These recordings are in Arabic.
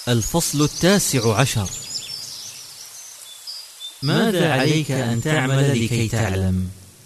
الفصل 19. ماذا عليك أن تعمل لكي تعلم؟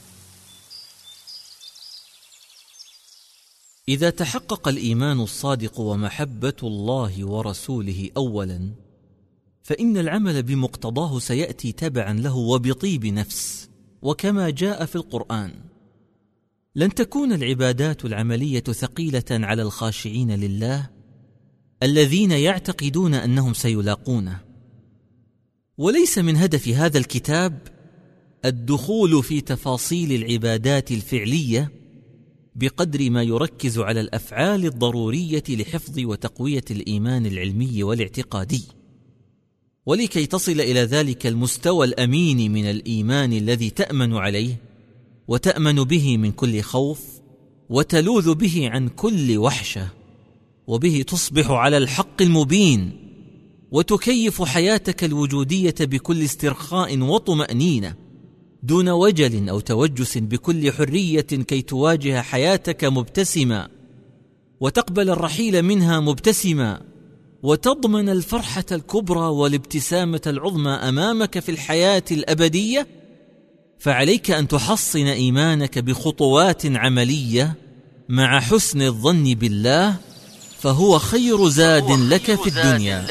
إذا تحقق الإيمان الصادق ومحبة الله ورسوله أولا، فإن العمل بمقتضاه سيأتي تبعا له وبطيب نفس، وكما جاء في القرآن: لن تكون العبادات العملية ثقيلة على الخاشعين لله الذين يعتقدون أنهم سيلاقونه. وليس من هدف هذا الكتاب الدخول في تفاصيل العبادات الفعلية بقدر ما يركز على الأفعال الضرورية لحفظ وتقوية الإيمان العلمي والاعتقادي. ولكي تصل إلى ذلك المستوى الأمين من الإيمان الذي تأمن عليه وتأمن به من كل خوف وتلوذ به عن كل وحشة، وبه تصبح على الحق المبين وتكيف حياتك الوجودية بكل استرخاء وطمأنينة دون وجل أو توجس، بكل حرية كي تواجه حياتك مبتسما وتقبل الرحيل منها مبتسما، وتضمن الفرحة الكبرى والابتسامة العظمى أمامك في الحياة الأبدية. فعليك أن تحصن إيمانك بخطوات عملية مع حسن الظن بالله، فهو خير زاد لك في الدنيا.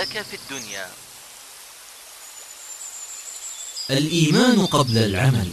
الإيمان قبل العمل.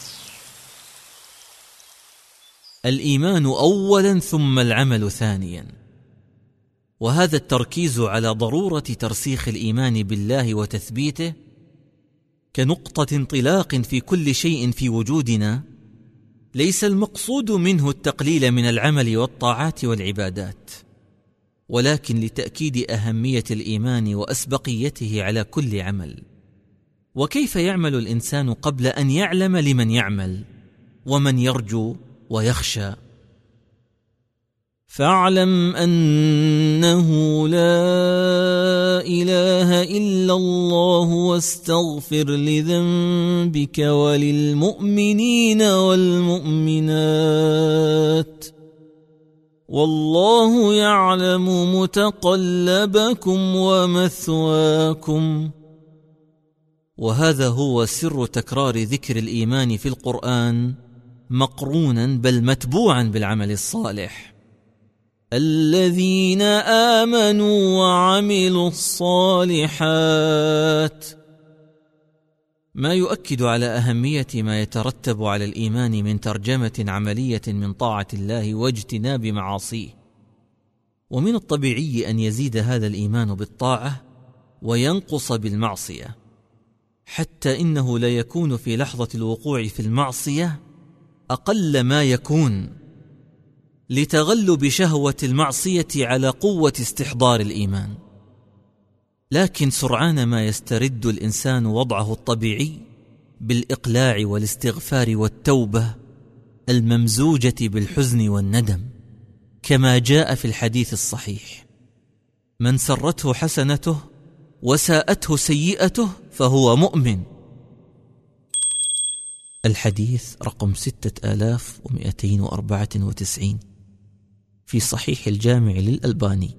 الإيمان أولا ثم العمل ثانيا، وهذا التركيز على ضرورة ترسيخ الإيمان بالله وتثبيته كنقطة انطلاق في كل شيء في وجودنا. ليس المقصود منه التقليل من العمل والطاعات والعبادات، ولكن لتأكيد أهمية الإيمان وأسبقيته على كل عمل. وكيف يعمل الإنسان قبل أن يعلم لمن يعمل ومن يرجو ويخشى؟ فاعلم أنه لا إله إلا الله واستغفر لذنبك وللمؤمنين والمؤمنات والله يعلم متقلبكم ومثواكم. وهذا هو سر تكرار ذكر الإيمان في القرآن مقرونا بل متبوعا بالعمل الصالح. الذين آمنوا وعملوا الصالحات، ما يؤكد على أهمية ما يترتب على الإيمان من ترجمة عملية من طاعة الله واجتناب معاصيه. ومن الطبيعي أن يزيد هذا الإيمان بالطاعة وينقص بالمعصية، حتى إنه لا يكون في لحظة الوقوع في المعصية أقل ما يكون لتغلب شهوة المعصية على قوة استحضار الإيمان. لكن سرعان ما يسترد الإنسان وضعه الطبيعي بالإقلاع والاستغفار والتوبة الممزوجة بالحزن والندم، كما جاء في الحديث الصحيح: من سرته حسنته وساءته سيئته فهو مؤمن. الحديث رقم 6294 في صحيح الجامع للألباني.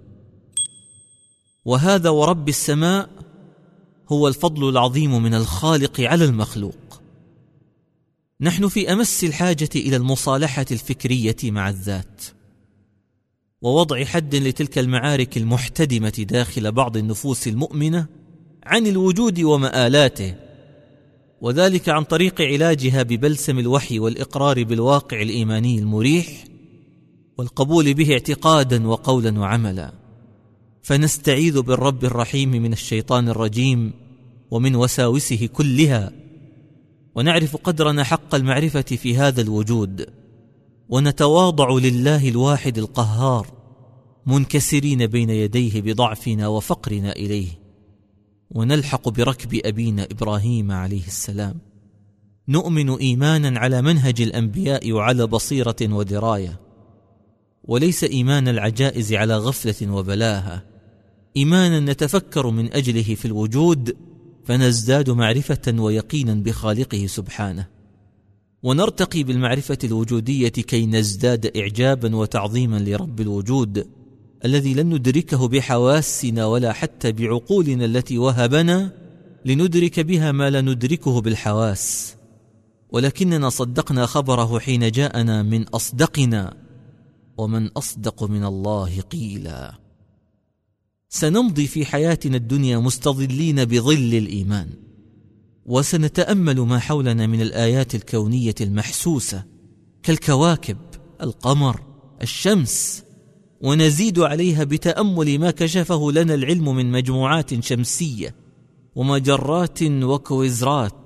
وهذا ورب السماء هو الفضل العظيم من الخالق على المخلوق. نحن في أمس الحاجة إلى المصالحة الفكرية مع الذات، ووضع حد لتلك المعارك المحتدمة داخل بعض النفوس المؤمنة عن الوجود ومآلاته، وذلك عن طريق علاجها ببلسم الوحي والإقرار بالواقع الإيماني المريح والقبول به اعتقادا وقولا وعملا. فنستعيذ بالرب الرحيم من الشيطان الرجيم ومن وساوسه كلها، ونعرف قدرنا حق المعرفة في هذا الوجود، ونتواضع لله الواحد القهار منكسرين بين يديه بضعفنا وفقرنا إليه، ونلحق بركب أبينا إبراهيم عليه السلام. نؤمن إيمانا على منهج الأنبياء وعلى بصيرة ودراية، وليس إيمان العجائز على غفلة وبلاهة، إيمانا نتفكر من أجله في الوجود فنزداد معرفة ويقينا بخالقه سبحانه، ونرتقي بالمعرفة الوجودية كي نزداد إعجابا وتعظيما لرب الوجود الذي لن ندركه بحواسنا ولا حتى بعقولنا التي وهبنا لندرك بها ما لا ندركه بالحواس، ولكننا صدقنا خبره حين جاءنا من أصدقنا، ومن أصدق من الله قيلا. سنمضي في حياتنا الدنيا مستظلين بظل الإيمان، وسنتأمل ما حولنا من الآيات الكونية المحسوسة كالكواكب، القمر، الشمس، ونزيد عليها بتأمل ما كشفه لنا العلم من مجموعات شمسية ومجرات وكويزرات،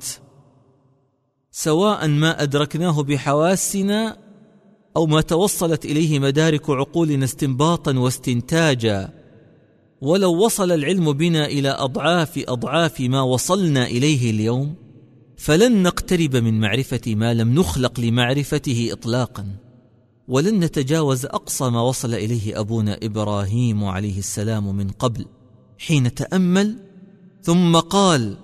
سواء ما أدركناه بحواسنا أو ما توصلت إليه مدارك عقولنا استنباطا واستنتاجا. ولو وصل العلم بنا إلى أضعاف ما وصلنا إليه اليوم، فلن نقترب من معرفة ما لم نخلق لمعرفته إطلاقا، ولن نتجاوز أقصى ما وصل إليه أبونا إبراهيم عليه السلام من قبل، حين تأمل ثم قال: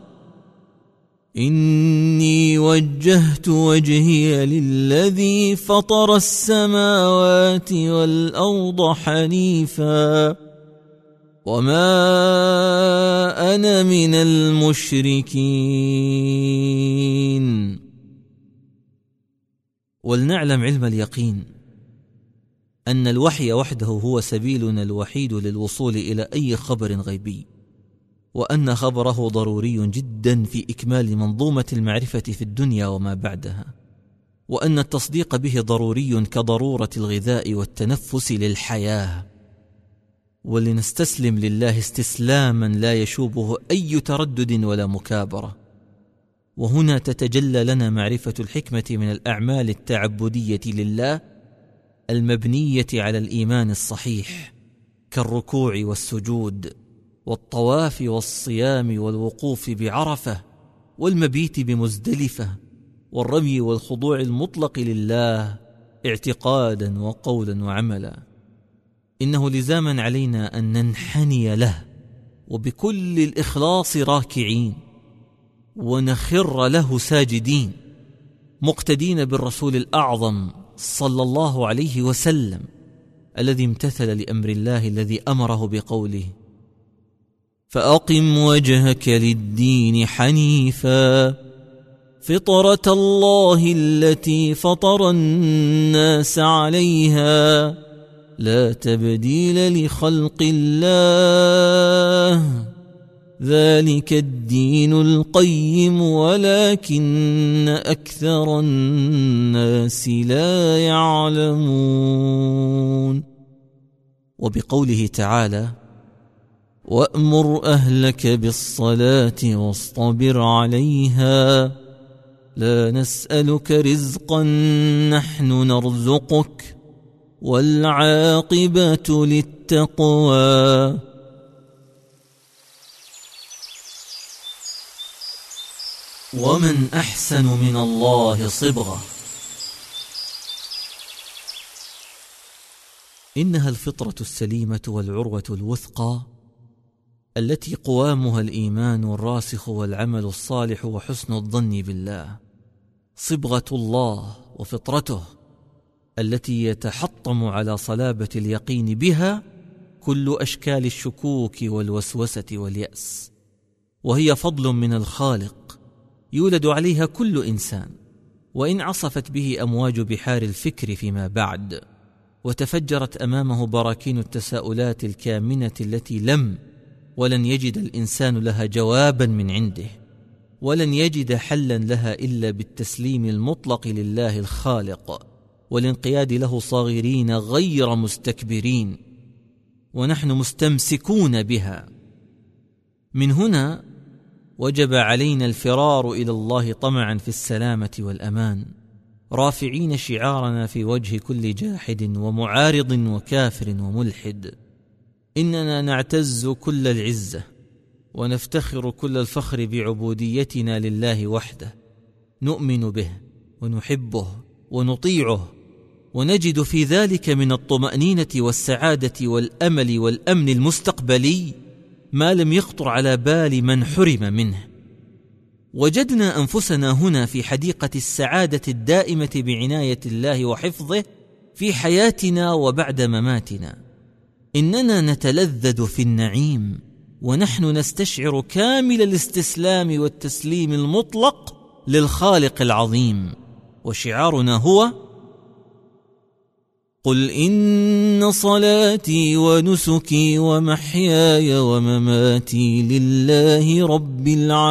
إني وجهت وجهي للذي فطر السماوات والأرض حنيفا وما أنا من المشركين. ولنعلم علم اليقين أن الوحي وحده هو سبيلنا الوحيد للوصول إلى أي خبر غيبي، وأن خبره ضروري جدا في إكمال منظومة المعرفة في الدنيا وما بعدها، وأن التصديق به ضروري كضرورة الغذاء والتنفس للحياة. ولنستسلم لله استسلاما لا يشوبه أي تردد ولا مكابرة. وهنا تتجلى لنا معرفة الحكمة من الأعمال التعبدية لله المبنية على الإيمان الصحيح، كالركوع والسجود والطواف والصيام والوقوف بعرفة والمبيت بمزدلفة والرمي والخضوع المطلق لله اعتقادا وقولا وعملا. إنه لزاما علينا أن ننحني له وبكل الإخلاص راكعين، ونخر له ساجدين، مقتدين بالرسول الأعظم صلى الله عليه وسلم، الذي امتثل لأمر الله الذي أمره بقوله: فأقم وجهك للدين حنيفا فطرة الله التي فطر الناس عليها لا تبديل لخلق الله ذلك الدين القيم ولكن أكثر الناس لا يعلمون. وبقوله تعالى: وأمر أهلك بالصلاة واصطبر عليها لا نسألك رزقا نحن نرزقك والعاقبة للتقوى. ومن أحسن من الله صبغة. إنها الفطرة السليمة والعروة الوثقى التي قوامها الإيمان الراسخ والعمل الصالح وحسن الظن بالله، صبغة الله وفطرته التي يتحطم على صلابة اليقين بها كل أشكال الشكوك والوسوسة واليأس، وهي فضل من الخالق يولد عليها كل إنسان، وإن عصفت به أمواج بحار الفكر فيما بعد، وتفجرت أمامه براكين التساؤلات الكامنة التي لم ولن يجد الإنسان لها جوابا من عنده، ولن يجد حلا لها إلا بالتسليم المطلق لله الخالق والانقياد له صاغرين غير مستكبرين، ونحن مستمسكون بها. من هنا وجب علينا الفرار إلى الله طمعا في السلامة والأمان، رافعين شعارنا في وجه كل جاحد ومعارض وكافر وملحد: إننا نعتز كل العزة ونفتخر كل الفخر بعبوديتنا لله وحده، نؤمن به ونحبه ونطيعه، ونجد في ذلك من الطمأنينة والسعادة والأمل والأمن المستقبلي ما لم يخطر على بال من حرم منه. وجدنا أنفسنا هنا في حديقة السعادة الدائمة بعناية الله وحفظه في حياتنا وبعد مماتنا، إننا نتلذذ في النعيم ونحن نستشعر كامل الاستسلام والتسليم المطلق للخالق العظيم، وشعارنا هو: قل إن صلاتي ونسكي ومحياي ومماتي لله رب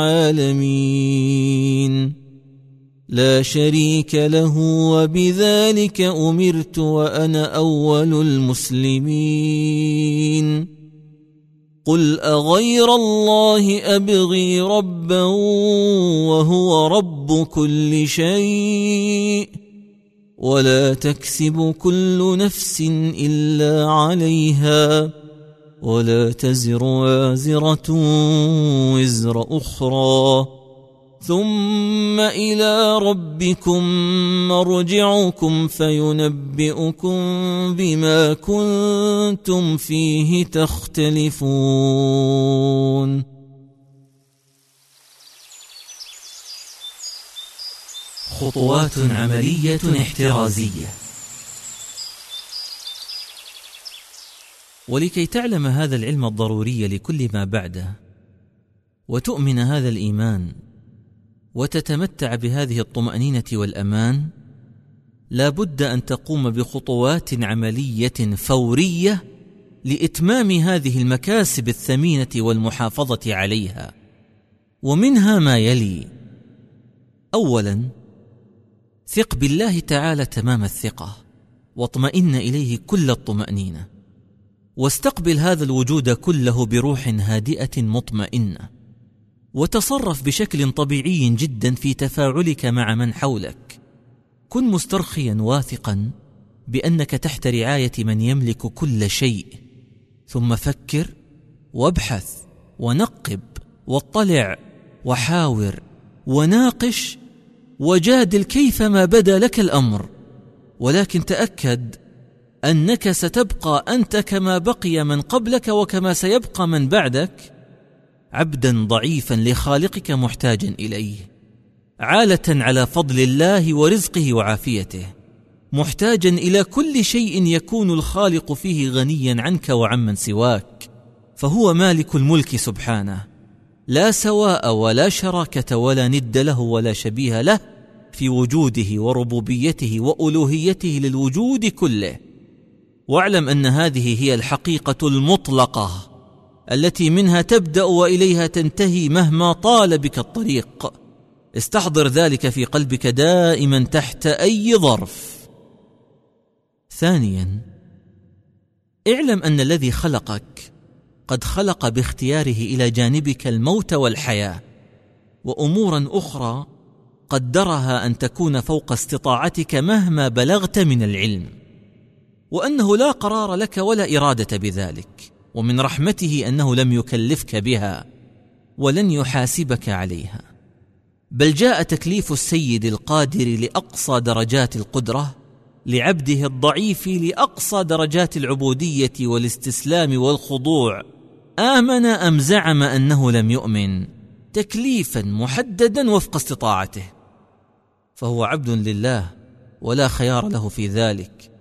العالمين لا شريك له وبذلك أمرت وأنا أول المسلمين. قل أغير الله أبغي ربا وهو رب كل شيء ولا تكسب كل نفس إلا عليها ولا تزر وازرة وزر أخرى ثم إلى ربكم مرجعكم فينبئكم بما كنتم فيه تختلفون. خطوات عملية احترازية. ولكي تعلم هذا العلم الضروري لكل ما بعده وتؤمن هذا الإيمان وتتمتع بهذه الطمأنينة والأمان، لا بد أن تقوم بخطوات عملية فورية لإتمام هذه المكاسب الثمينة والمحافظة عليها، ومنها ما يلي: أولاً، ثق بالله تعالى تمام الثقة واطمئن إليه كل الطمأنينة، واستقبل هذا الوجود كله بروح هادئة مطمئنة، وتصرف بشكل طبيعي جدا في تفاعلك مع من حولك. كن مسترخيا واثقا بأنك تحت رعاية من يملك كل شيء، ثم فكر وابحث ونقب واطلع وحاور وناقش وجادل كيفما بدا لك الأمر، ولكن تأكد أنك ستبقى أنت كما بقي من قبلك وكما سيبقى من بعدك، عبدا ضعيفا لخالقك محتاجا إليه، عالة على فضل الله ورزقه وعافيته، محتاجا إلى كل شيء يكون الخالق فيه غنيا عنك وعمن سواك، فهو مالك الملك سبحانه، لا سواء ولا شراكة ولا ند له ولا شبيه له في وجوده وربوبيته وألوهيته للوجود كله. واعلم أن هذه هي الحقيقة المطلقة التي منها تبدأ وإليها تنتهي مهما طال بك الطريق. استحضر ذلك في قلبك دائما تحت أي ظرف. ثانيا، اعلم أن الذي خلقك قد خلق باختياره إلى جانبك الموت والحياة وأمورا أخرى قدرها أن تكون فوق استطاعتك مهما بلغت من العلم، وأنه لا قرار لك ولا إرادة بذلك، ومن رحمته أنه لم يكلفك بها ولن يحاسبك عليها، بل جاء تكليف السيد القادر لأقصى درجات القدرة لعبده الضعيف لأقصى درجات العبودية والاستسلام والخضوع، آمن أم زعم أنه لم يؤمن، تكليفا محددا وفق استطاعته، فهو عبد لله ولا خيار له في ذلك.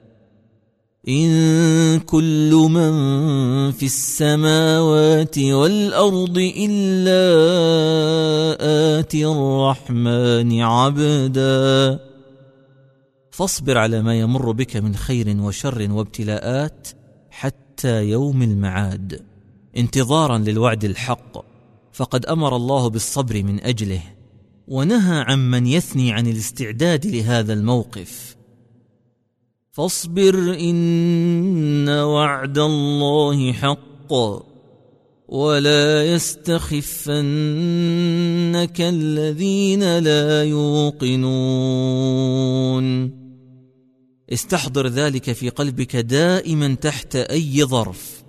إن كل من في السماوات والأرض إلا آتي الرحمن عبدا. فاصبر على ما يمر بك من خير وشر وابتلاءات حتى يوم المعاد انتظارا للوعد الحق، فقد أمر الله بالصبر من أجله ونهى عمن يثني عن الاستعداد لهذا الموقف. فاصبر إن وعد الله حق ولا يستخفنك الذين لا يوقنون. استحضر ذلك في قلبك دائما تحت أي ظرف.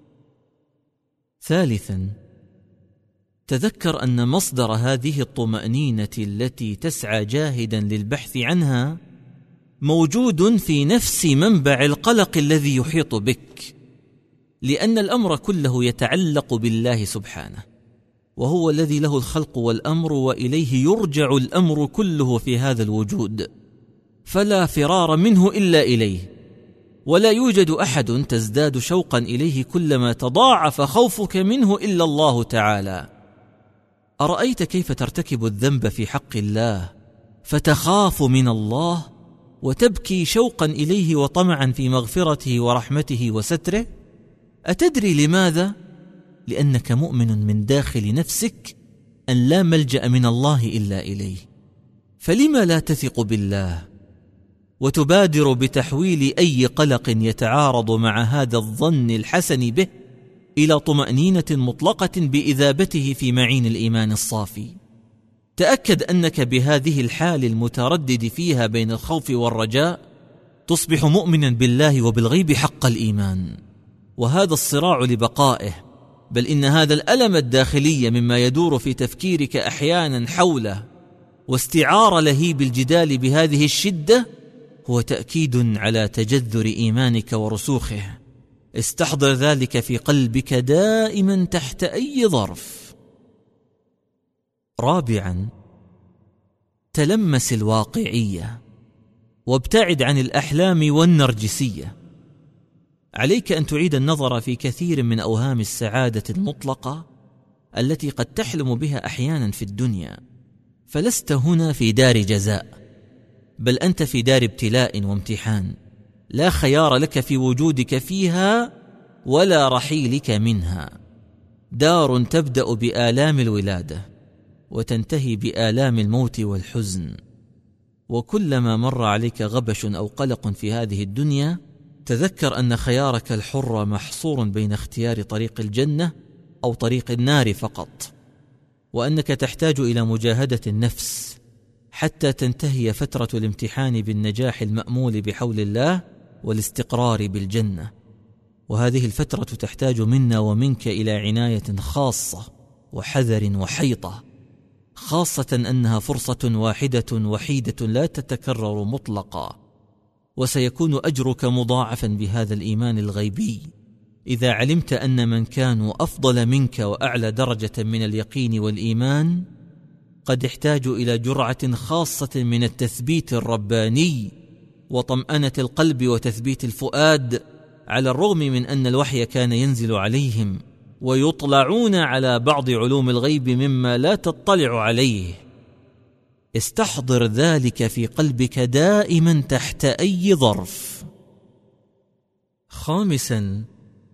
ثالثا، تذكر أن مصدر هذه الطمأنينة التي تسعى جاهدا للبحث عنها موجود في نفس منبع القلق الذي يحيط بك، لأن الأمر كله يتعلق بالله سبحانه، وهو الذي له الخلق والأمر وإليه يرجع الأمر كله في هذا الوجود، فلا فرار منه إلا إليه، ولا يوجد أحد تزداد شوقا إليه كلما تضاعف خوفك منه إلا الله تعالى. أرأيت كيف ترتكب الذنب في حق الله فتخاف من الله وتبكي شوقا إليه وطمعا في مغفرته ورحمته وستره؟ أتدري لماذا؟ لأنك مؤمن من داخل نفسك أن لا ملجأ من الله إلا إليه. فلما لا تثق بالله وتبادر بتحويل أي قلق يتعارض مع هذا الظن الحسن به إلى طمأنينة مطلقة بإذابته في معين الإيمان الصافي؟ تأكد أنك بهذه الحال المتردد فيها بين الخوف والرجاء تصبح مؤمنا بالله وبالغيب حق الإيمان. وهذا الصراع لبقائه، بل إن هذا الألم الداخلي مما يدور في تفكيرك أحيانا حوله واستعار لهيب الجدال بهذه الشدة هو تأكيد على تجذر إيمانك ورسوخه. استحضر ذلك في قلبك دائما تحت أي ظرف. رابعا، تلمس الواقعية وابتعد عن الأحلام والنرجسية. عليك أن تعيد النظر في كثير من أوهام السعادة المطلقة التي قد تحلم بها أحيانا في الدنيا، فلست هنا في دار جزاء، بل أنت في دار ابتلاء وامتحان لا خيار لك في وجودك فيها ولا رحيلك منها. دار تبدأ بآلام الولادة وتنتهي بآلام الموت والحزن، وكلما مر عليك غبش أو قلق في هذه الدنيا تذكر أن خيارك الحر محصور بين اختيار طريق الجنة أو طريق النار فقط، وأنك تحتاج إلى مجاهدة النفس حتى تنتهي فترة الامتحان بالنجاح المأمول بحول الله والاستقرار بالجنة. وهذه الفترة تحتاج منا ومنك إلى عناية خاصة وحذر وحيطة، خاصة أنها فرصة واحدة وحيدة لا تتكرر مطلقا، وسيكون أجرك مضاعفا بهذا الإيمان الغيبي إذا علمت أن من كانوا أفضل منك وأعلى درجة من اليقين والإيمان قد احتاجوا إلى جرعة خاصة من التثبيت الرباني وطمأنة القلب وتثبيت الفؤاد، على الرغم من أن الوحي كان ينزل عليهم ويطلعون على بعض علوم الغيب مما لا تطلع عليه. استحضر ذلك في قلبك دائما تحت أي ظرف. خامسا،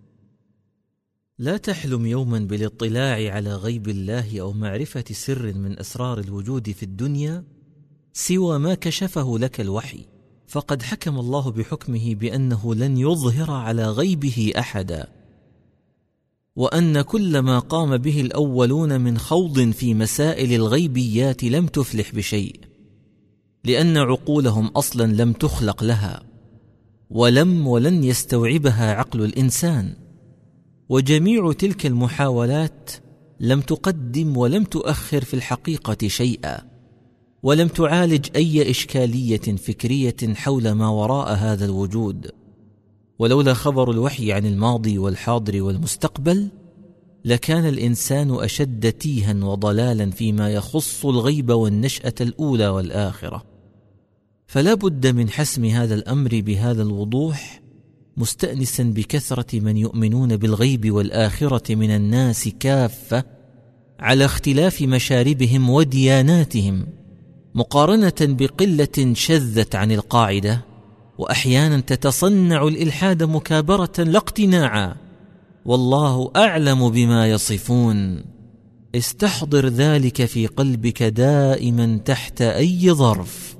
لا تحلم يوما بالاطلاع على غيب الله أو معرفة سر من أسرار الوجود في الدنيا سوى ما كشفه لك الوحي، فقد حكم الله بحكمه بأنه لن يظهر على غيبه أحدا، وأن كل ما قام به الأولون من خوض في مسائل الغيبيات لم تفلح بشيء، لأن عقولهم أصلا لم تخلق لها ولن يستوعبها عقل الإنسان، وجميع تلك المحاولات لم تقدم ولم تؤخر في الحقيقة شيئا، ولم تعالج أي إشكالية فكرية حول ما وراء هذا الوجود. ولولا خبر الوحي عن الماضي والحاضر والمستقبل لكان الإنسان أشد تيها وضلالا فيما يخص الغيب والنشأة الأولى والآخرة. فلا بد من حسم هذا الأمر بهذا الوضوح، مستأنسا بكثرة من يؤمنون بالغيب والآخرة من الناس كافة على اختلاف مشاربهم ودياناتهم، مقارنة بقلة شذت عن القاعدة وأحيانا تتصنع الإلحاد مكابرة لا اقتناعا، والله أعلم بما يصفون. استحضر ذلك في قلبك دائما تحت أي ظرف.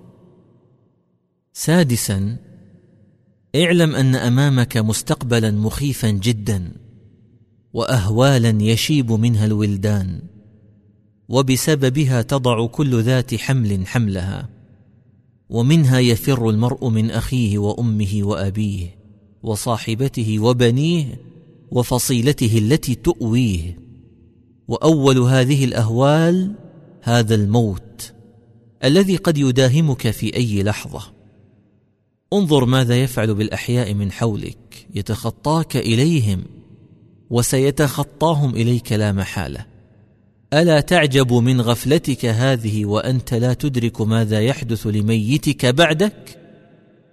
سادسا، اعلم أن أمامك مستقبلا مخيفا جدا وأهوالا يشيب منها الولدان، وبسببها تضع كل ذات حمل حملها، ومنها يفر المرء من أخيه وأمه وأبيه وصاحبته وبنيه وفصيلته التي تؤويه. وأول هذه الأهوال هذا الموت الذي قد يداهمك في أي لحظة. انظر ماذا يفعل بالأحياء من حولك، يتخطاك إليهم وسيتخطاهم إليك لا محالة. ألا تعجب من غفلتك هذه وأنت لا تدرك ماذا يحدث لميتك بعدك؟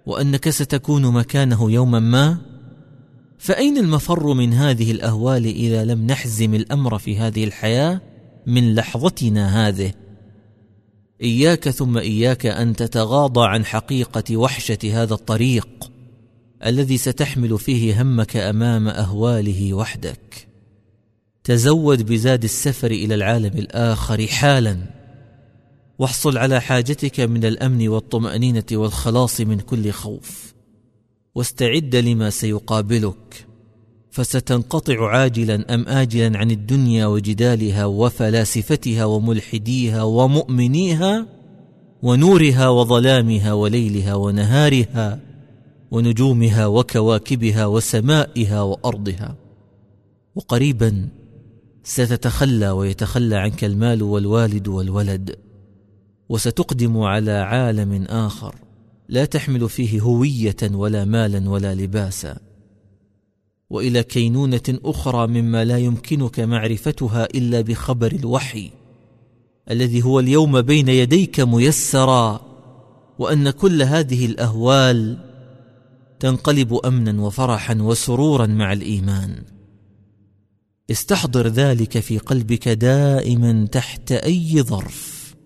وأنك ستكون مكانه يوما ما؟ فأين المفر من هذه الأهوال إذا لم نحزم الأمر في هذه الحياة من لحظتنا هذه؟ إياك ثم إياك أن تتغاضى عن حقيقة وحشة هذا الطريق الذي ستحمل فيه همك أمام أهواله وحدك. تزود بزاد السفر إلى العالم الآخر حالا، واحصل على حاجتك من الأمن والطمأنينة والخلاص من كل خوف، واستعد لما سيقابلك، فستنقطع عاجلا أم آجلا عن الدنيا وجدالها وفلاسفتها وملحديها ومؤمنيها ونورها وظلامها وليلها ونهارها ونجومها وكواكبها وسمائها وأرضها. وقريبا ستتخلى ويتخلى عنك المال والوالد والولد، وستقدم على عالم آخر لا تحمل فيه هوية ولا مالا ولا لباسا، وإلى كينونة أخرى مما لا يمكنك معرفتها إلا بخبر الوحي الذي هو اليوم بين يديك ميسرا، وأن كل هذه الأهوال تنقلب أمنا وفرحا وسرورا مع الإيمان. استحضر ذلك في قلبك دائما تحت أي ظرف.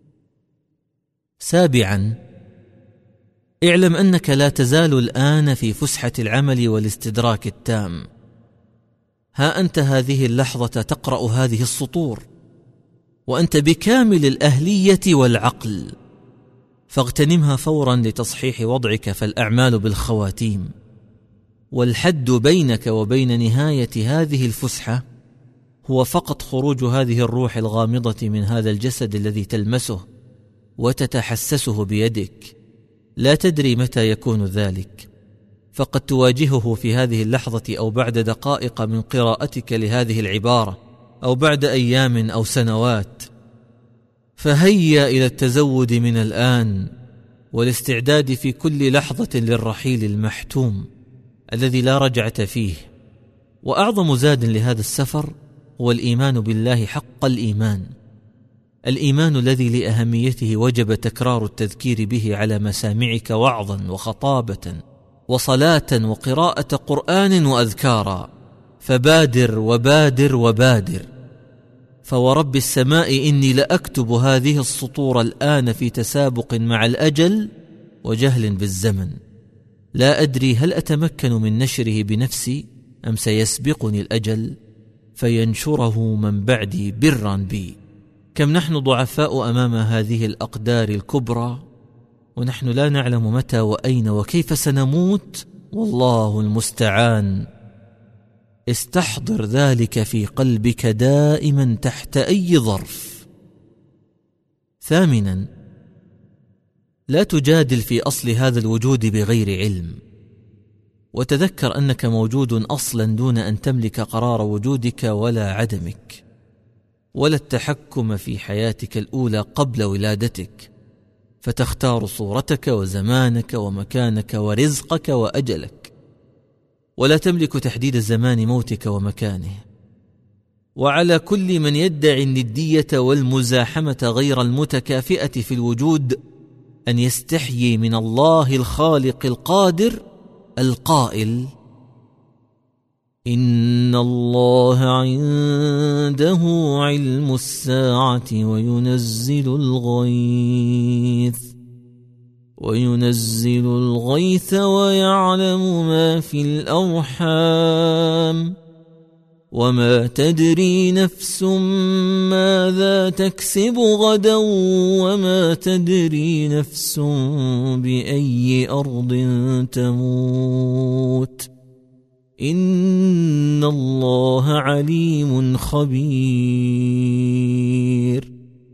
7. اعلم أنك لا تزال الآن في فسحة العمل والاستدراك التام. ها أنت هذه اللحظة تقرأ هذه السطور وأنت بكامل الأهلية والعقل، فاغتنمها فورا لتصحيح وضعك، فالأعمال بالخواتيم، والحد بينك وبين نهاية هذه الفسحة هو فقط خروج هذه الروح الغامضة من هذا الجسد الذي تلمسه وتتحسسه بيدك. لا تدري متى يكون ذلك، فقد تواجهه في هذه اللحظة أو بعد دقائق من قراءتك لهذه العبارة، أو بعد أيام أو سنوات. فهيا إلى التزود من الآن والاستعداد في كل لحظة للرحيل المحتوم الذي لا رجعة فيه. وأعظم زاد لهذا السفر هو الإيمان بالله حق الإيمان، الإيمان الذي لأهميته وجب تكرار التذكير به على مسامعك وعظا وخطابة وصلاة وقراءة قرآن وأذكارا. فبادر وبادر وبادر، فورب السماء إني لأكتب هذه السطور الآن في تسابق مع الأجل وجهل بالزمن. لا أدري هل أتمكن من نشره بنفسي أم سيسبقني الأجل فينشره من بعدي برا بي. كم نحن ضعفاء أمام هذه الأقدار الكبرى، ونحن لا نعلم متى وأين وكيف سنموت، والله المستعان. استحضر ذلك في قلبك دائما تحت أي ظرف. 8. لا تجادل في أصل هذا الوجود بغير علم، وتذكر أنك موجود أصلا دون أن تملك قرار وجودك ولا عدمك، ولا التحكم في حياتك الأولى قبل ولادتك، فتختار صورتك وزمانك ومكانك ورزقك وأجلك، ولا تملك تحديد زمان موتك ومكانه. وعلى كل من يدعي الندية والمزاحمة غير المتكافئة في الوجود أن يستحيي من الله الخالق القادر القائل: إن الله عنده علم الساعة وينزل الغيث ويعلم ما في الأرحام وما تدري نفس ماذا تكسب غدا وما تدري نفس بأي أرض تموت إن الله عليم خبير.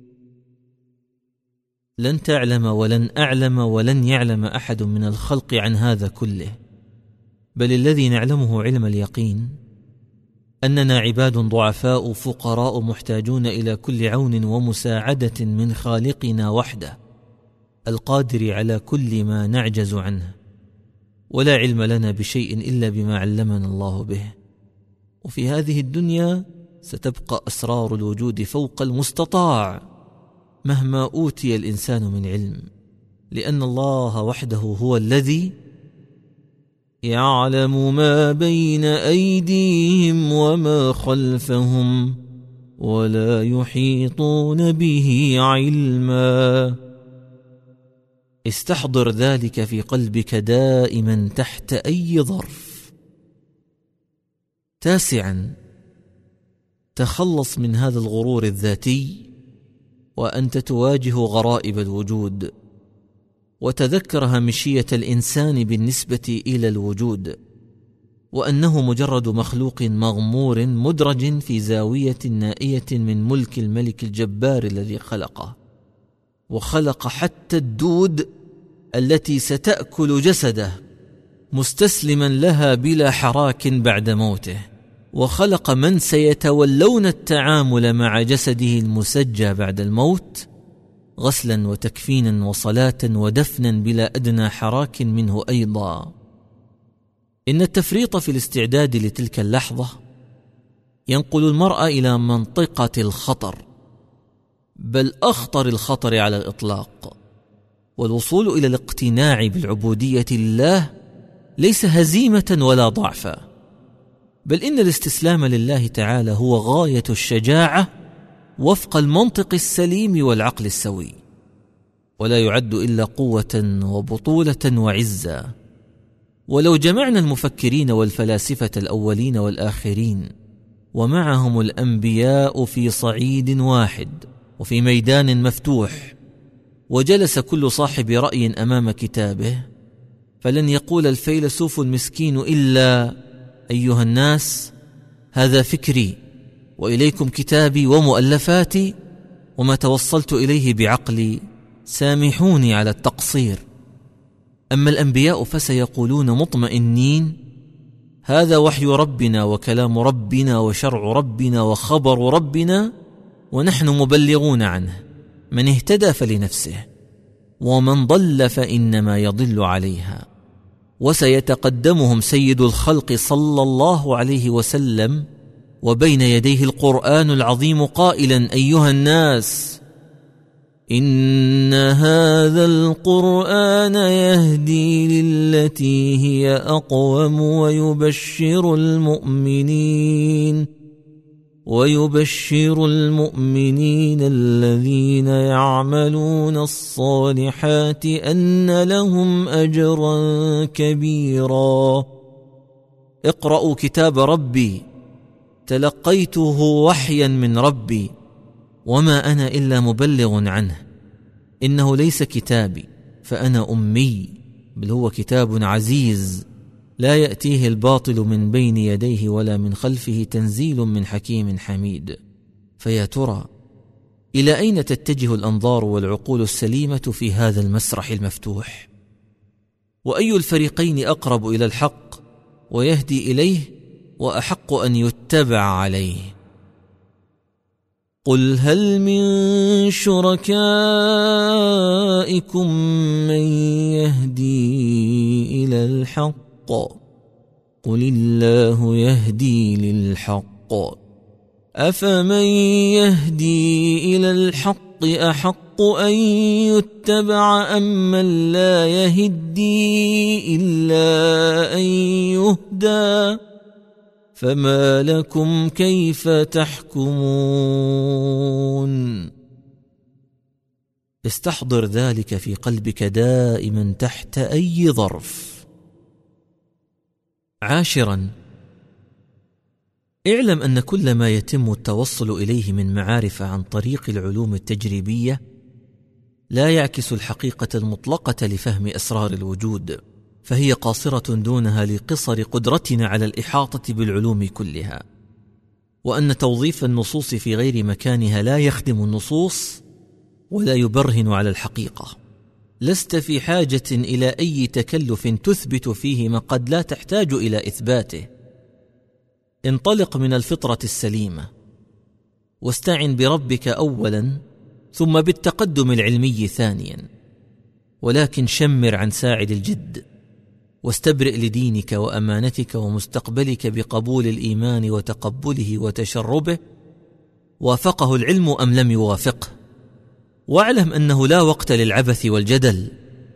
لن تعلم ولن أعلم ولن يعلم أحد من الخلق عن هذا كله، بل الذي نعلمه علم اليقين أننا عباد ضعفاء فقراء محتاجون إلى كل عون ومساعدة من خالقنا وحده القادر على كل ما نعجز عنه، ولا علم لنا بشيء إلا بما علمنا الله به. وفي هذه الدنيا ستبقى أسرار الوجود فوق المستطاع مهما أوتي الإنسان من علم، لأن الله وحده هو الذي يعلم ما بين أيديهم وما خلفهم ولا يحيطون به علما. استحضر ذلك في قلبك دائما تحت أي ظرف. 9. تخلص من هذا الغرور الذاتي وأنت تواجه غرائب الوجود، وتذكر هامشية الإنسان بالنسبة إلى الوجود، وأنه مجرد مخلوق مغمور مدرج في زاوية نائية من ملك الملك الجبار الذي خلقه، وخلق حتى الدود التي ستأكل جسده مستسلما لها بلا حراك بعد موته، وخلق من سيتولون التعامل مع جسده المسجى بعد الموت غسلا وتكفينا وصلاة ودفنا بلا أدنى حراك منه أيضا. إن التفريط في الاستعداد لتلك اللحظة ينقل المرء إلى منطقة الخطر، بل أخطر الخطر على الإطلاق. والوصول إلى الاقتناع بالعبودية لله ليس هزيمة ولا ضعفا، بل إن الاستسلام لله تعالى هو غاية الشجاعة وفق المنطق السليم والعقل السوي، ولا يعد إلا قوة وبطولة وعزة. ولو جمعنا المفكرين والفلاسفة الأولين والآخرين ومعهم الأنبياء في صعيد واحد وفي ميدان مفتوح، وجلس كل صاحب رأي أمام كتابه، فلن يقول الفيلسوف المسكين إلا: أيها الناس، هذا فكري وإليكم كتابي ومؤلفاتي وما توصلت إليه بعقلي، سامحوني على التقصير. أما الأنبياء فسيقولون مطمئنين: هذا وحي ربنا وكلام ربنا وشرع ربنا وخبر ربنا ونحن مبلغون عنه، من اهتدى فلنفسه ومن ضل فإنما يضل عليها. وسيتقدمهم سيد الخلق صلى الله عليه وسلم وبين يديه القرآن العظيم قائلا: أيها الناس، إن هذا القرآن يهدي للتي هي أقوم ويبشر المؤمنين الذين يعملون الصالحات أن لهم أجرا كبيرا. اقرأوا كتاب ربي، تلقيته وحيا من ربي وما أنا إلا مبلغ عنه. إنه ليس كتابي فأنا أمي، بل هو كتاب عزيز لا يأتيه الباطل من بين يديه ولا من خلفه، تنزيل من حكيم حميد. فيا ترى إلى أين تتجه الأنظار والعقول السليمة في هذا المسرح المفتوح؟ وأي الفريقين أقرب إلى الحق ويهدي إليه وأحق أن يتبع عليه؟ قل هل من شركائكم من يهدي إلى الحق؟ قل الله يهدي للحق، أفمن يهدي إلى الحق أحق أن يتبع أم من لا يهدي إلا أن يهدى؟ فما لكم كيف تحكمون؟ استحضر ذلك في قلبك دائما تحت أي ظرف. 10. اعلم أن كل ما يتم التوصل إليه من معارف عن طريق العلوم التجريبية لا يعكس الحقيقة المطلقة لفهم أسرار الوجود، فهي قاصرة دونها لقصر قدرتنا على الإحاطة بالعلوم كلها، وأن توظيف النصوص في غير مكانها لا يخدم النصوص ولا يبرهن على الحقيقة. لست في حاجة إلى أي تكلف تثبت فيه ما قد لا تحتاج إلى إثباته. انطلق من الفطرة السليمة، واستعن بربك أولا، ثم بالتقدم العلمي ثانيا، ولكن شمر عن ساعد الجد، واستبرئ لدينك وأمانتك ومستقبلك بقبول الإيمان وتقبله وتشربه، وافقه العلم أم لم يوافقه. واعلم أنه لا وقت للعبث والجدل،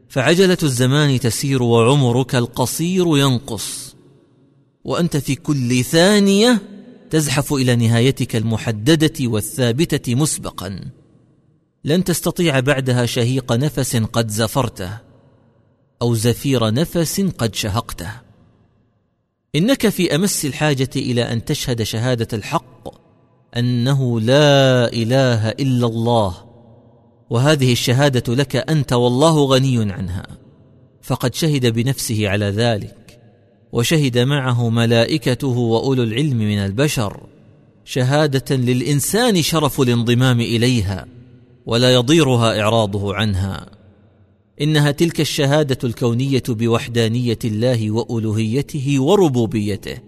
فعجلة الزمان تسير وعمرك القصير ينقص، وأنت في كل ثانية تزحف إلى نهايتك المحددة والثابتة مسبقا، لن تستطيع بعدها شهيق نفس قد زفرته أو زفير نفس قد شهقته. إنك في أمس الحاجة إلى أن تشهد شهادة الحق أنه لا إله إلا الله، وهذه الشهادة لك أنت والله غني عنها، فقد شهد بنفسه على ذلك، وشهد معه ملائكته وأولو العلم من البشر، شهادة للإنسان شرف الانضمام إليها ولا يضيرها إعراضه عنها. إنها تلك الشهادة الكونية بوحدانية الله وألوهيته وربوبيته.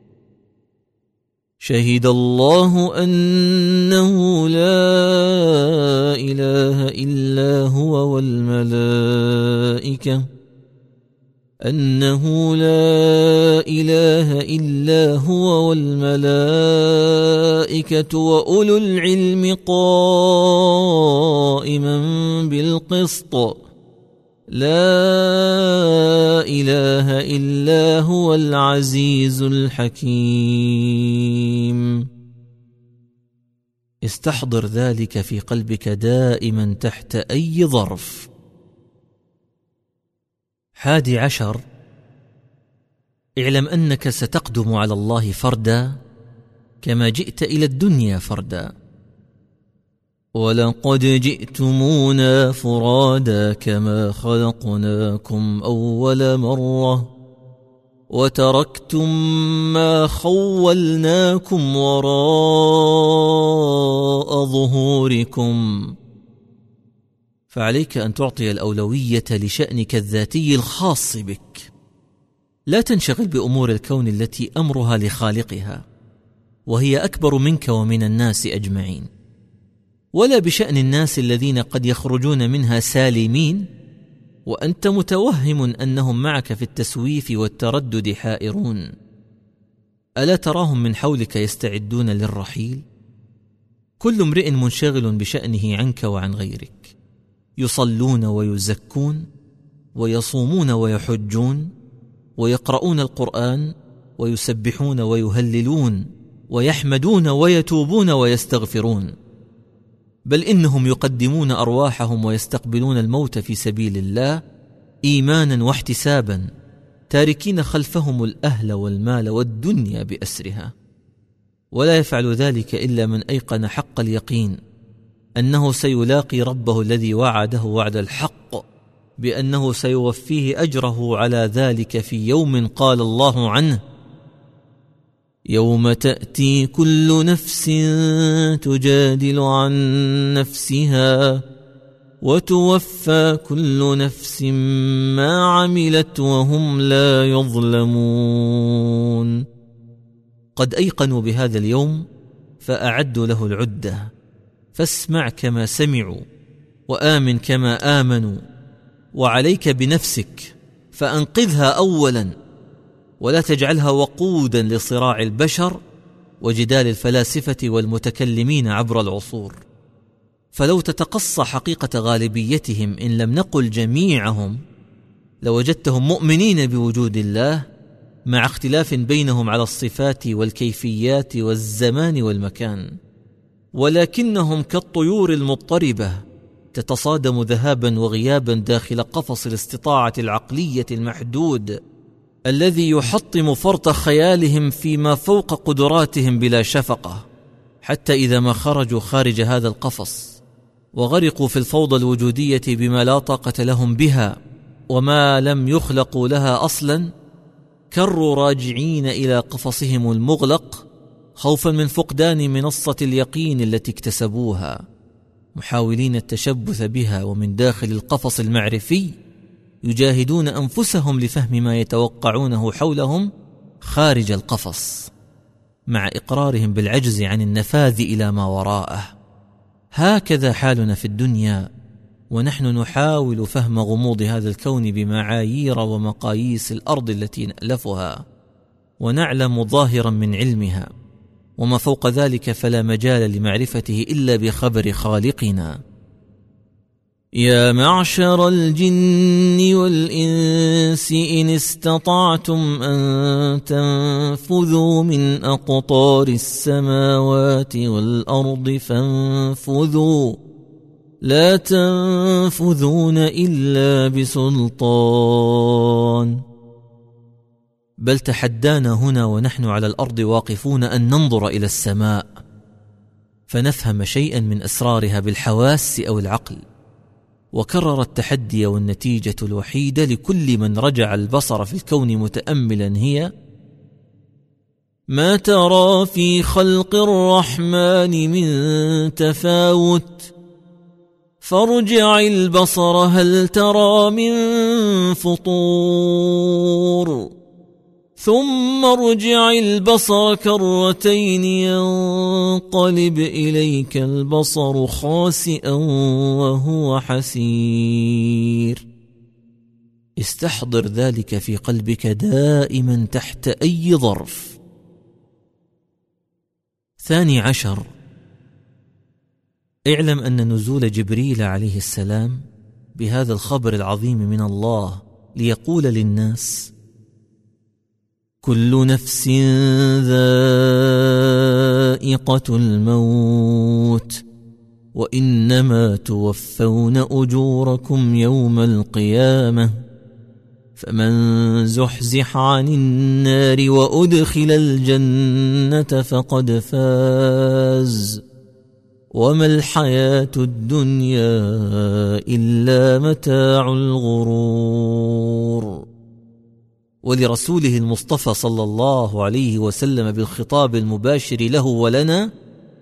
شهد الله أنه لا إله إلا هو والملائكة أنه لا إله إلا هو والملائكة وأولو العلم قائما بالقسط لا إله إلا هو العزيز الحكيم. استحضر ذلك في قلبك دائما تحت أي ظرف. 11. اعلم أنك ستقدم على الله فردا كما جئت إلى الدنيا فردا، ولقد جئتمونا فرادا كما خلقناكم أول مرة وتركتم ما خولناكم وراء ظهوركم. فعليك أن تعطي الأولوية لشأنك الذاتي الخاص بك، لا تنشغل بأمور الكون التي أمرها لخالقها وهي أكبر منك ومن الناس أجمعين، ولا بشأن الناس الذين قد يخرجون منها سالمين وأنت متوهم أنهم معك في التسويف والتردد حائرون. ألا تراهم من حولك يستعدون للرحيل؟ كل امرئ منشغل بشأنه عنك وعن غيرك، يصلون ويزكون ويصومون ويحجون ويقرؤون القرآن ويسبحون ويهللون ويحمدون ويتوبون ويستغفرون، بل إنهم يقدمون أرواحهم ويستقبلون الموت في سبيل الله إيمانا واحتسابا، تاركين خلفهم الأهل والمال والدنيا بأسرها. ولا يفعل ذلك إلا من أيقن حق اليقين أنه سيلاقي ربه الذي وعده وعد الحق بأنه سيوفيه أجره على ذلك في يوم قال الله عنه: يوم تأتي كل نفس تجادل عن نفسها وتوفى كل نفس ما عملت وهم لا يظلمون. قد أيقنوا بهذا اليوم فأعدوا له العدة، فاسمع كما سمعوا وآمن كما آمنوا، وعليك بنفسك فأنقذها أولا، ولا تجعلها وقودا لصراع البشر وجدال الفلاسفة والمتكلمين عبر العصور. فلو تتقصى حقيقة غالبيتهم إن لم نقل جميعهم لوجدتهم مؤمنين بوجود الله، مع اختلاف بينهم على الصفات والكيفيات والزمان والمكان، ولكنهم كالطيور المضطربة تتصادم ذهابا وغيابا داخل قفص الاستطاعة العقلية المحدود الذي يحطم فرط خيالهم فيما فوق قدراتهم بلا شفقة، حتى إذا ما خرجوا خارج هذا القفص وغرقوا في الفوضى الوجودية بما لا طاقة لهم بها وما لم يخلقوا لها أصلا، كروا راجعين إلى قفصهم المغلق خوفا من فقدان منصة اليقين التي اكتسبوها، محاولين التشبث بها ومن داخل القفص المعرفي يجاهدون أنفسهم لفهم ما يتوقعونه حولهم خارج القفص، مع إقرارهم بالعجز عن النفاذ إلى ما وراءه. هكذا حالنا في الدنيا، ونحن نحاول فهم غموض هذا الكون بمعايير ومقاييس الأرض التي نألفها، ونعلم ظاهرا من علمها، وما فوق ذلك فلا مجال لمعرفته إلا بخبر خالقنا. يا معشر الجن والإنس إن استطعتم أن تنفذوا من أقطار السماوات والأرض فانفذوا لا تنفذون إلا بسلطان. بل تحدانا هنا ونحن على الأرض واقفون أن ننظر إلى السماء فنفهم شيئا من أسرارها بالحواس أو العقل، وكرر التحدي والنتيجة الوحيدة لكل من رجع البصر في الكون متأملا هي: ما ترى في خلق الرحمن من تفاوت فارجع البصر هل ترى من فطور ثم ارجع البصر كرتين ينقلب إليك البصر خاسئا وهو حسير. استحضر ذلك في قلبك دائما تحت أي ظرف. 12، اعلم أن نزول جبريل عليه السلام بهذا الخبر العظيم من الله ليقول للناس: كل نفس ذائقة الموت وإنما توفون أجوركم يوم القيامة فمن زحزح عن النار وأدخل الجنة فقد فاز وما الحياة الدنيا إلا متاع الغرور. ولرسوله المصطفى صلى الله عليه وسلم بالخطاب المباشر له ولنا: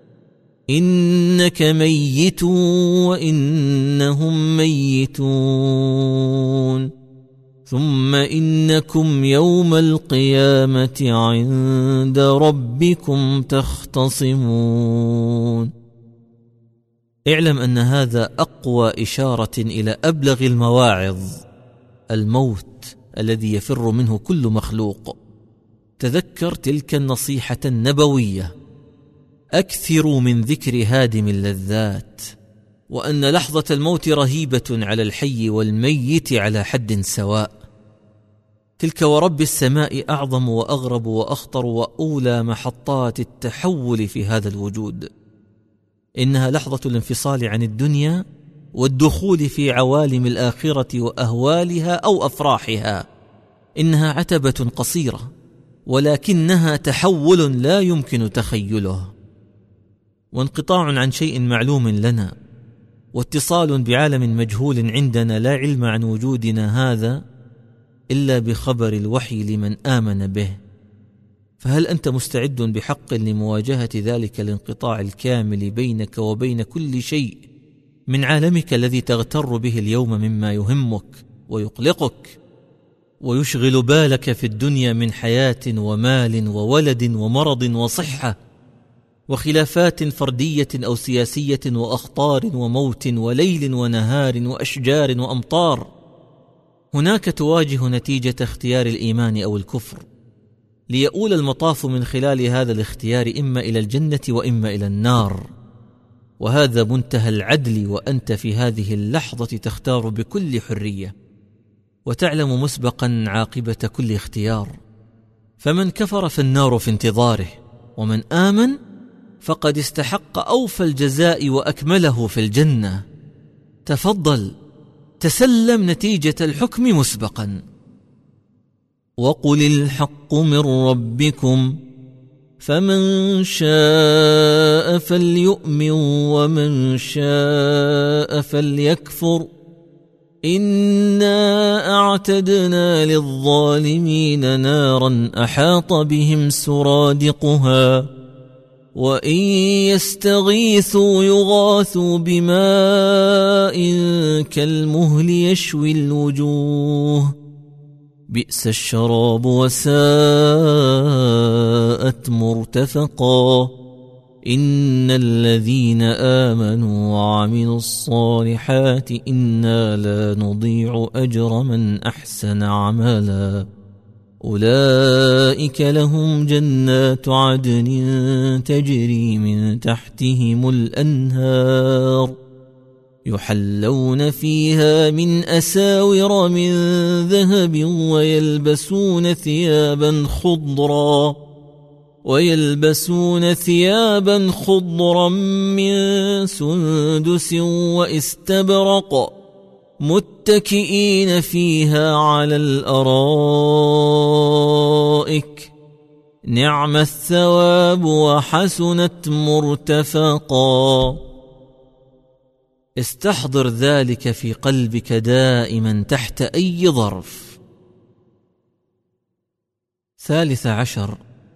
إنك ميت وإنهم ميتون ثم إنكم يوم القيامة عند ربكم تختصمون. اعلم أن هذا أقوى إشارة إلى أبلغ المواعظ، الموت الذي يفر منه كل مخلوق. تذكر تلك النصيحة النبوية: أكثروا من ذكر هادم اللذات، وأن لحظة الموت رهيبة على الحي والميت على حد سواء. تلك ورب السماء أعظم وأغرب وأخطر وأولى محطات التحول في هذا الوجود. إنها لحظة الانفصال عن الدنيا والدخول في عوالم الآخرة وأهوالها أو أفراحها. إنها عتبة قصيرة ولكنها تحول لا يمكن تخيله، وانقطاع عن شيء معلوم لنا، واتصال بعالم مجهول عندنا لا علم عن وجودنا هذا إلا بخبر الوحي لمن آمن به. فهل أنت مستعد بحق لمواجهة ذلك الانقطاع الكامل بينك وبين كل شيء من عالمك الذي تغتر به اليوم مما يهمك ويقلقك ويشغل بالك في الدنيا من حياة ومال وولد ومرض وصحة وخلافات فردية أو سياسية وأخطار وموت وليل ونهار وأشجار وأمطار؟ هناك تواجه نتيجة اختيار الإيمان أو الكفر، ليؤول المطاف من خلال هذا الاختيار إما إلى الجنة وإما إلى النار، وهذا منتهى العدل، وأنت في هذه اللحظة تختار بكل حرية وتعلم مسبقا عاقبة كل اختيار. فمن كفر فالنار في انتظاره، ومن آمن فقد استحق أوفى الجزاء وأكمله في الجنة. تفضل، تسلم نتيجة الحكم مسبقا. وقل الحق من ربكم فمن شاء فليؤمن ومن شاء فليكفر إنا أعتدنا للظالمين نارا أحاط بهم سرادقها وإن يستغيثوا يغاثوا بماء كالمهل يشوي الوجوه بئس الشراب وساءت مرتفقا إن الذين آمنوا وعملوا الصالحات إنا لا نضيع أجر من أحسن عملا أولئك لهم جنات عدن تجري من تحتهم الأنهار يحلون فيها من أساور من ذهب ويلبسون ثيابا خضرا من سندس واستبرق متكئين فيها على الأرائك نعم الثواب وحسنت مرتفقا. استحضر ذلك في قلبك دائما تحت أي ظرف. 13،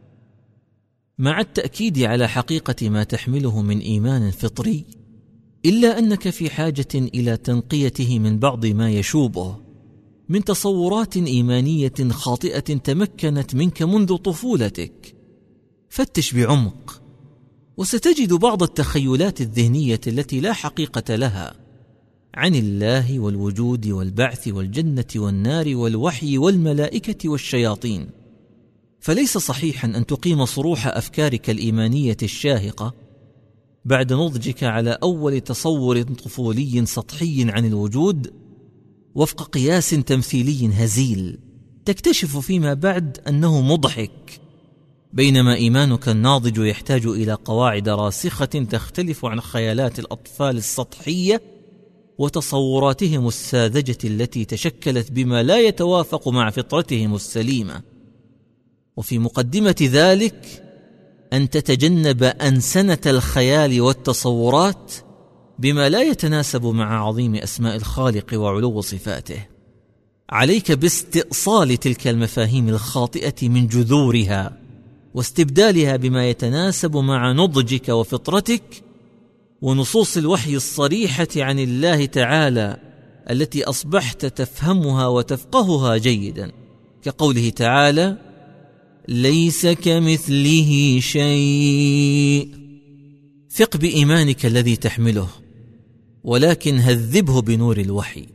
مع التأكيد على حقيقة ما تحمله من إيمان فطري، إلا أنك في حاجة إلى تنقيته من بعض ما يشوبه من تصورات إيمانية خاطئة تمكنت منك منذ طفولتك. فتش بعمق وستجد بعض التخيلات الذهنية التي لا حقيقة لها عن الله والوجود والبعث والجنة والنار والوحي والملائكة والشياطين. فليس صحيحا أن تقيم صروح أفكارك الإيمانية الشاهقة بعد نضجك على أول تصور طفولي سطحي عن الوجود وفق قياس تمثيلي هزيل تكتشف فيما بعد أنه مضحك، بينما إيمانك الناضج يحتاج إلى قواعد راسخة تختلف عن خيالات الأطفال السطحية وتصوراتهم الساذجة التي تشكلت بما لا يتوافق مع فطرتهم السليمة. وفي مقدمة ذلك أن تتجنب أنسنة الخيال والتصورات بما لا يتناسب مع عظيم أسماء الخالق وعلو صفاته. عليك باستئصال تلك المفاهيم الخاطئة من جذورها واستبدالها بما يتناسب مع نضجك وفطرتك ونصوص الوحي الصريحة عن الله تعالى التي أصبحت تفهمها وتفقهها جيدا، كقوله تعالى: ليس كمثله شيء. ثق بإيمانك الذي تحمله، ولكن هذبه بنور الوحي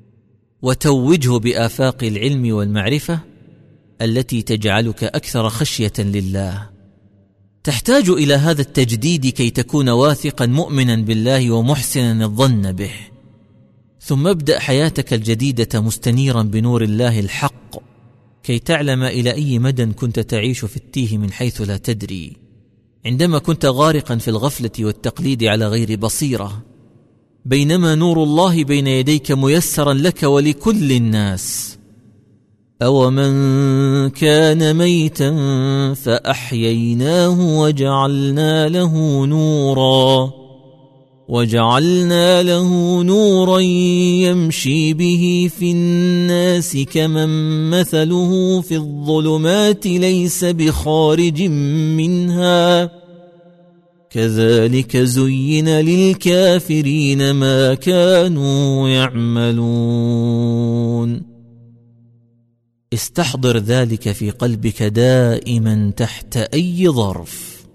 وتوجه بآفاق العلم والمعرفة التي تجعلك أكثر خشية لله. تحتاج إلى هذا التجديد كي تكون واثقا مؤمنا بالله ومحسنا الظن به، ثم ابدأ حياتك الجديدة مستنيرا بنور الله الحق كي تعلم إلى أي مدى كنت تعيش في التيه من حيث لا تدري، عندما كنت غارقا في الغفلة والتقليد على غير بصيرة، بينما نور الله بين يديك ميسرا لك ولكل الناس. أومن كان ميتا فأحييناه وجعلنا له نورا يمشي به في الناس كمن مثله في الظلمات ليس بخارج منها كذلك زين للكافرين ما كانوا يعملون. استحضر ذلك في قلبك دائما تحت أي ظرف.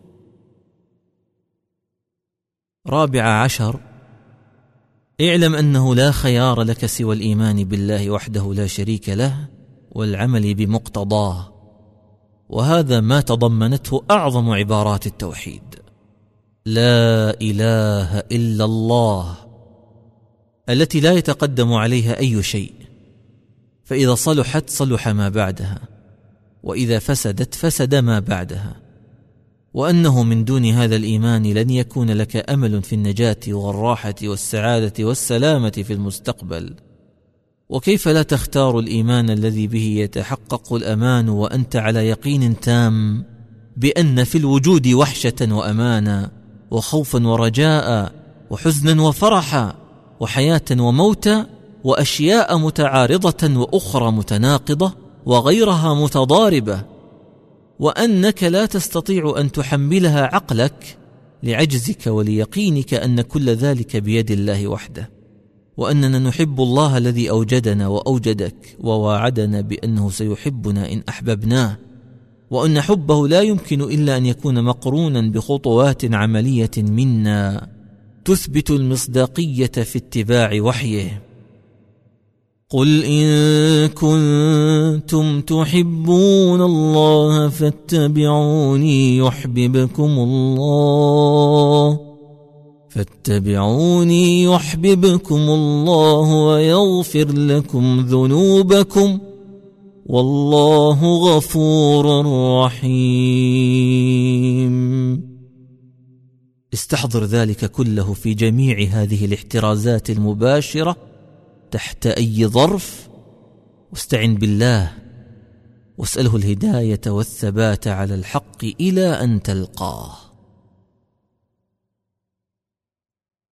14، اعلم أنه لا خيار لك سوى الإيمان بالله وحده لا شريك له والعمل بمقتضاه، وهذا ما تضمنته أعظم عبارات التوحيد: لا إله إلا الله، التي لا يتقدم عليها أي شيء، فإذا صلحت صلح ما بعدها، وإذا فسدت فسد ما بعدها، وأنه من دون هذا الإيمان لن يكون لك أمل في النجاة والراحة والسعادة والسلامة في المستقبل. وكيف لا تختار الإيمان الذي به يتحقق الأمان وأنت على يقين تام بأن في الوجود وحشة وأمانا وخوفا ورجاء وحزنا وفرحا وحياة وموتا وأشياء متعارضة وأخرى متناقضة وغيرها متضاربة، وأنك لا تستطيع أن تحملها عقلك لعجزك وليقينك أن كل ذلك بيد الله وحده، وأننا نحب الله الذي أوجدنا وأوجدك وواعدنا بأنه سيحبنا إن أحببناه، وأن حبه لا يمكن إلا أن يكون مقرونا بخطوات عملية منا تثبت المصداقية في اتباع وحيه. قل إن كنتم تحبون الله فاتبعوني يحببكم الله فاتبعوني يحببكم الله ويغفر لكم ذنوبكم والله غفور رحيم. استحضر ذلك كله في جميع هذه الاحترازات المباشرة تحت أي ظرف، واستعن بالله واسأله الهداية والثبات على الحق إلى أن تلقاه.